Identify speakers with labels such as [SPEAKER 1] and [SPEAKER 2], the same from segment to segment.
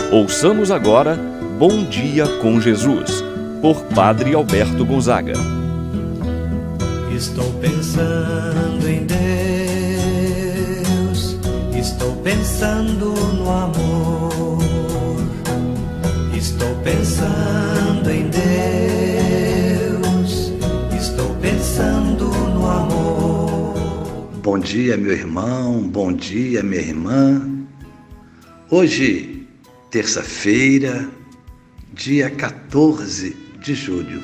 [SPEAKER 1] Ouçamos agora Bom Dia com Jesus, por Padre Alberto Gonzaga.
[SPEAKER 2] Estou pensando em Deus, estou pensando no amor, estou pensando em Deus, estou pensando no amor.
[SPEAKER 3] Bom dia, meu irmão, bom dia, minha irmã. Hoje, terça-feira, dia 14 de julho,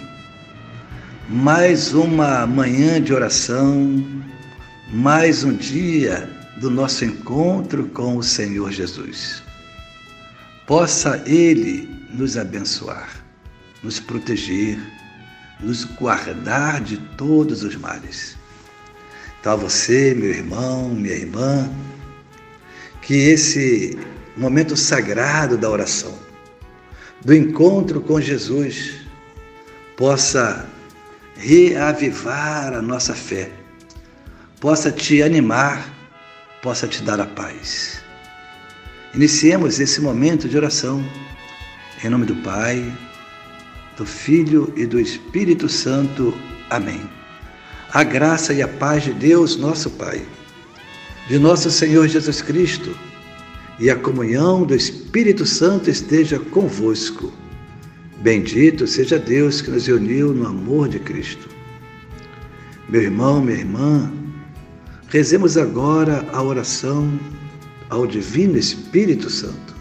[SPEAKER 3] mais uma manhã de oração, mais um dia do nosso encontro com o Senhor Jesus. Possa Ele nos abençoar, nos proteger, nos guardar de todos os males. Então, a você, meu irmão, minha irmã, que esse momento sagrado da oração, do encontro com Jesus, possa reavivar a nossa fé, possa te animar, possa te dar a paz. Iniciemos esse momento de oração, em nome do Pai, do Filho e do Espírito Santo. Amém. A graça e a paz de Deus, nosso Pai, de nosso Senhor Jesus Cristo, e a comunhão do Espírito Santo esteja convosco. Bendito seja Deus que nos uniu no amor de Cristo. Meu irmão, minha irmã, rezemos agora a oração ao Divino Espírito Santo.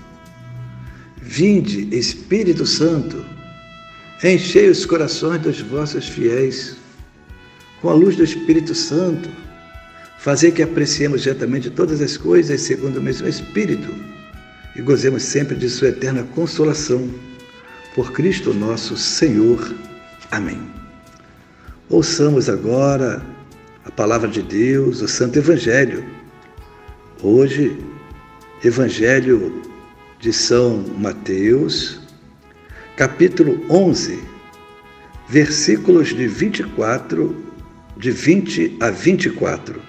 [SPEAKER 3] Vinde, Espírito Santo, enchei os corações dos vossos fiéis com a luz do Espírito Santo. Fazer que apreciemos diretamente todas as coisas segundo o mesmo Espírito e gozemos sempre de sua eterna consolação. Por Cristo nosso Senhor. Amém. Ouçamos agora a palavra de Deus, o Santo Evangelho. Hoje, Evangelho de São Mateus, capítulo 11, versículos de 20 a 24.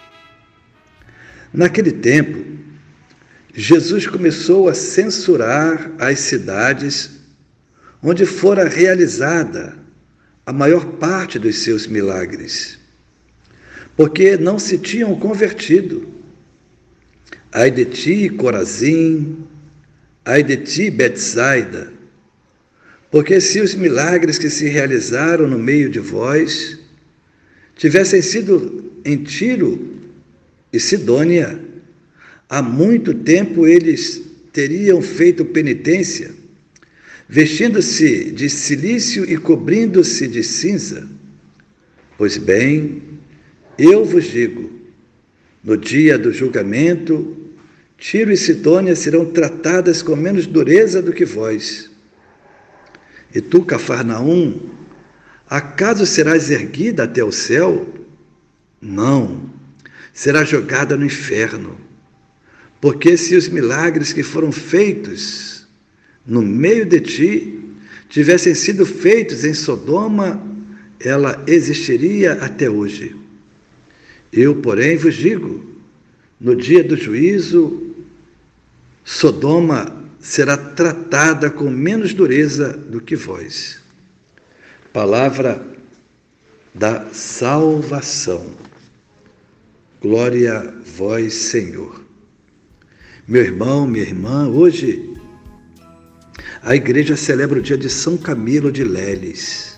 [SPEAKER 3] Naquele tempo, Jesus começou a censurar as cidades onde fora realizada a maior parte dos seus milagres, porque não se tinham convertido. Ai de ti, Corazim, ai de ti, Betsaida, porque se os milagres que se realizaram no meio de vós tivessem sido em Tiro e Sidônia, há muito tempo eles teriam feito penitência, vestindo-se de cilício e cobrindo-se de cinza. Pois bem, eu vos digo, no dia do julgamento, Tiro e Sidônia serão tratadas com menos dureza do que vós. E tu, Cafarnaum, acaso serás erguida até o céu? Não, será jogada no inferno. Porque se os milagres que foram feitos no meio de ti tivessem sido feitos em Sodoma, ela existiria até hoje. Eu, porém, vos digo, no dia do juízo, Sodoma será tratada com menos dureza do que vós. Palavra da salvação. Glória a vós, Senhor. Meu irmão, minha irmã, hoje a igreja celebra o dia de São Camilo de Leles.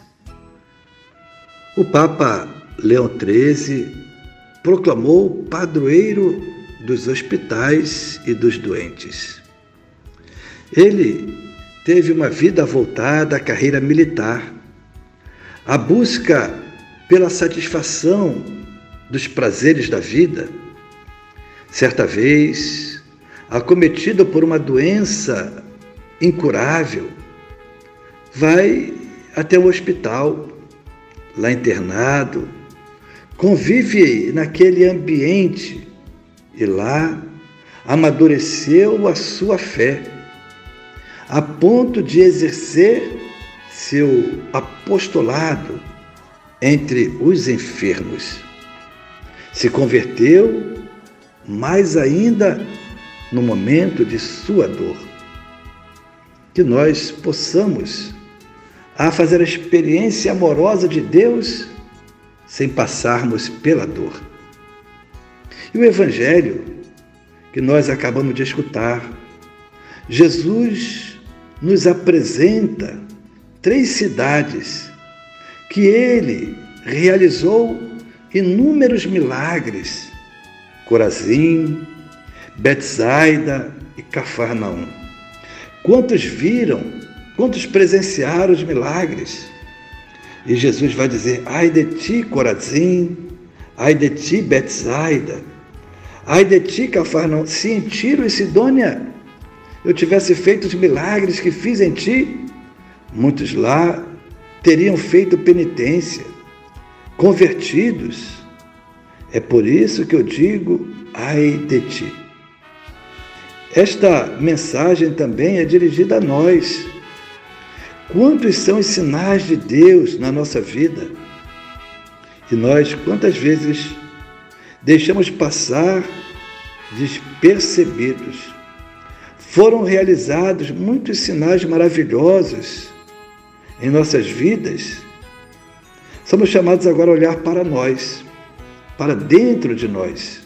[SPEAKER 3] O Papa Leão XIII proclamou padroeiro dos hospitais e dos doentes. Ele teve uma vida voltada à carreira militar, à busca pela satisfação dos prazeres da vida. Certa vez, acometido por uma doença incurável, vai até o hospital, lá internado, convive naquele ambiente e lá amadureceu a sua fé, a ponto de exercer seu apostolado entre os enfermos. Se converteu mais ainda no momento de sua dor. que nós possamos fazer a experiência amorosa de Deus sem passarmos pela dor. E o Evangelho que nós acabamos de escutar, Jesus nos apresenta 3 cidades que ele realizou inúmeros milagres: Corazim, Betsaida e Cafarnaum. Quantos viram, quantos presenciaram os milagres? E Jesus vai dizer: ai de ti, Corazim, ai de ti, Betsaida, ai de ti, Cafarnaum, se em Tiro e Sidônia eu tivesse feito os milagres que fiz em ti, muitos lá teriam feito penitência, convertidos. É por isso que eu digo, ai de ti. Esta mensagem também é dirigida a nós. Quantos são os sinais de Deus na nossa vida? E nós, quantas vezes, deixamos passar despercebidos? Foram realizados muitos sinais maravilhosos em nossas vidas. Somos chamados agora a olhar para nós, para dentro de nós.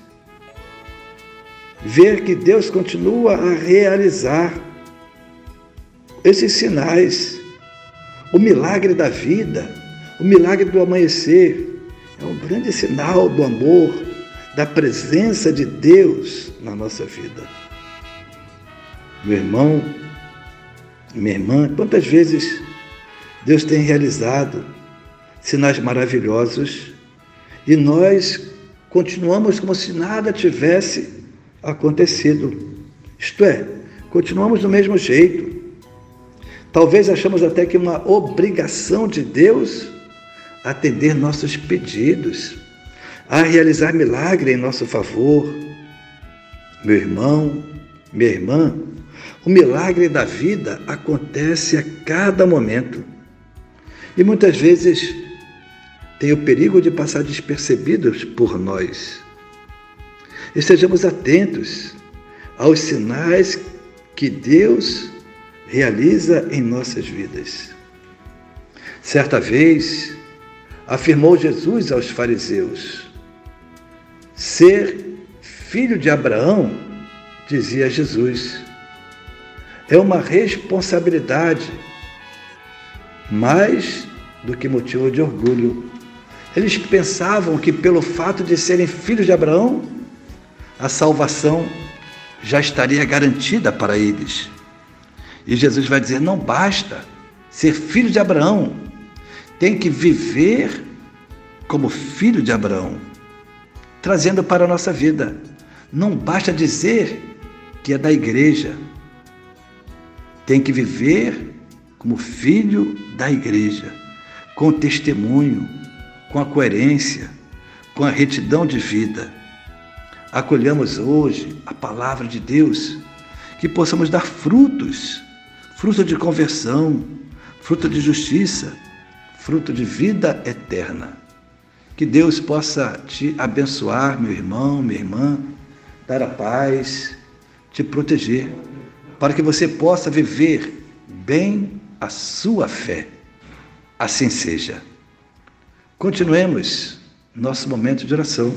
[SPEAKER 3] Ver que Deus continua a realizar esses sinais. O milagre da vida, o milagre do amanhecer, é um grande sinal do amor, da presença de Deus na nossa vida. Meu irmão, minha irmã, quantas vezes Deus tem realizado sinais maravilhosos e nós continuamos como se nada tivesse acontecido. Isto é, continuamos do mesmo jeito. Talvez achamos até que uma obrigação de Deus atender nossos pedidos, a realizar milagre em nosso favor. Meu irmão, minha irmã, o milagre da vida acontece a cada momento e muitas vezes tem o perigo de passar despercebidos por nós. Estejamos atentos aos sinais que Deus realiza em nossas vidas. Certa vez, afirmou Jesus aos fariseus: ser filho de Abraão, dizia Jesus, é uma responsabilidade mais do que motivo de orgulho. Eles pensavam que pelo fato de serem filhos de Abraão, a salvação já estaria garantida para eles. E Jesus vai dizer: não basta ser filho de Abraão, tem que viver como filho de Abraão, trazendo para a nossa vida. Não basta dizer que é da igreja, tem que viver como filho da igreja, com testemunho, com a coerência, com a retidão de vida. Acolhamos hoje a palavra de Deus, que possamos dar frutos, fruto de conversão, fruto de justiça, fruto de vida eterna. Que Deus possa te abençoar, meu irmão, minha irmã, dar a paz, te proteger, para que você possa viver bem a sua fé. Assim seja. Continuemos nosso momento de oração.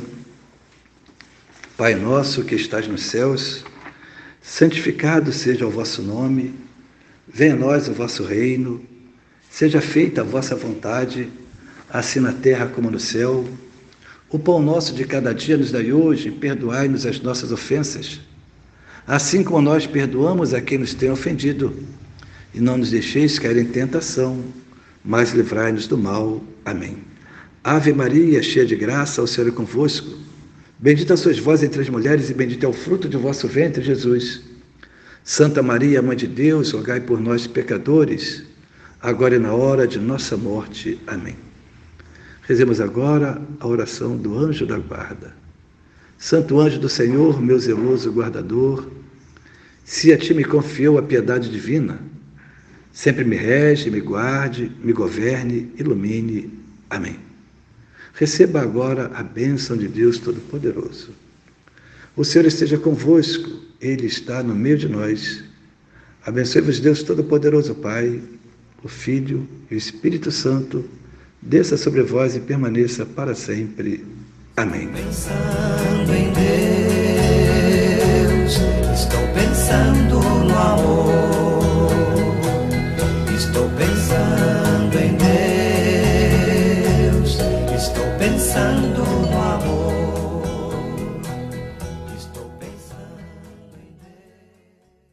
[SPEAKER 3] Pai nosso que estás nos céus, santificado seja o vosso nome, venha a nós o vosso reino, seja feita a vossa vontade, assim na terra como no céu. O pão nosso de cada dia nos dai hoje, perdoai-nos as nossas ofensas, assim como nós perdoamos a quem nos tem ofendido. E não nos deixeis cair em tentação, mas livrai-nos do mal. Amém. Ave Maria, cheia de graça, o Senhor é convosco. Bendita sois vós entre as mulheres e bendito é o fruto do vosso ventre, Jesus. Santa Maria, Mãe de Deus, rogai por nós, pecadores, agora e na hora de nossa morte. Amém. Rezemos agora a oração do anjo da guarda. Santo anjo do Senhor, meu zeloso guardador, se a ti me confiou a piedade divina, sempre me rege, me guarde, me governe, ilumine. Amém. Receba agora a bênção de Deus Todo-Poderoso. O Senhor esteja convosco, Ele está no meio de nós. Abençoe-vos Deus Todo-Poderoso, Pai, o Filho e o Espírito Santo, desça sobre vós e permaneça para sempre. Amém.
[SPEAKER 2] Pensando em Deus, estou pensando no amor. Estou pensando em Deus, estou pensando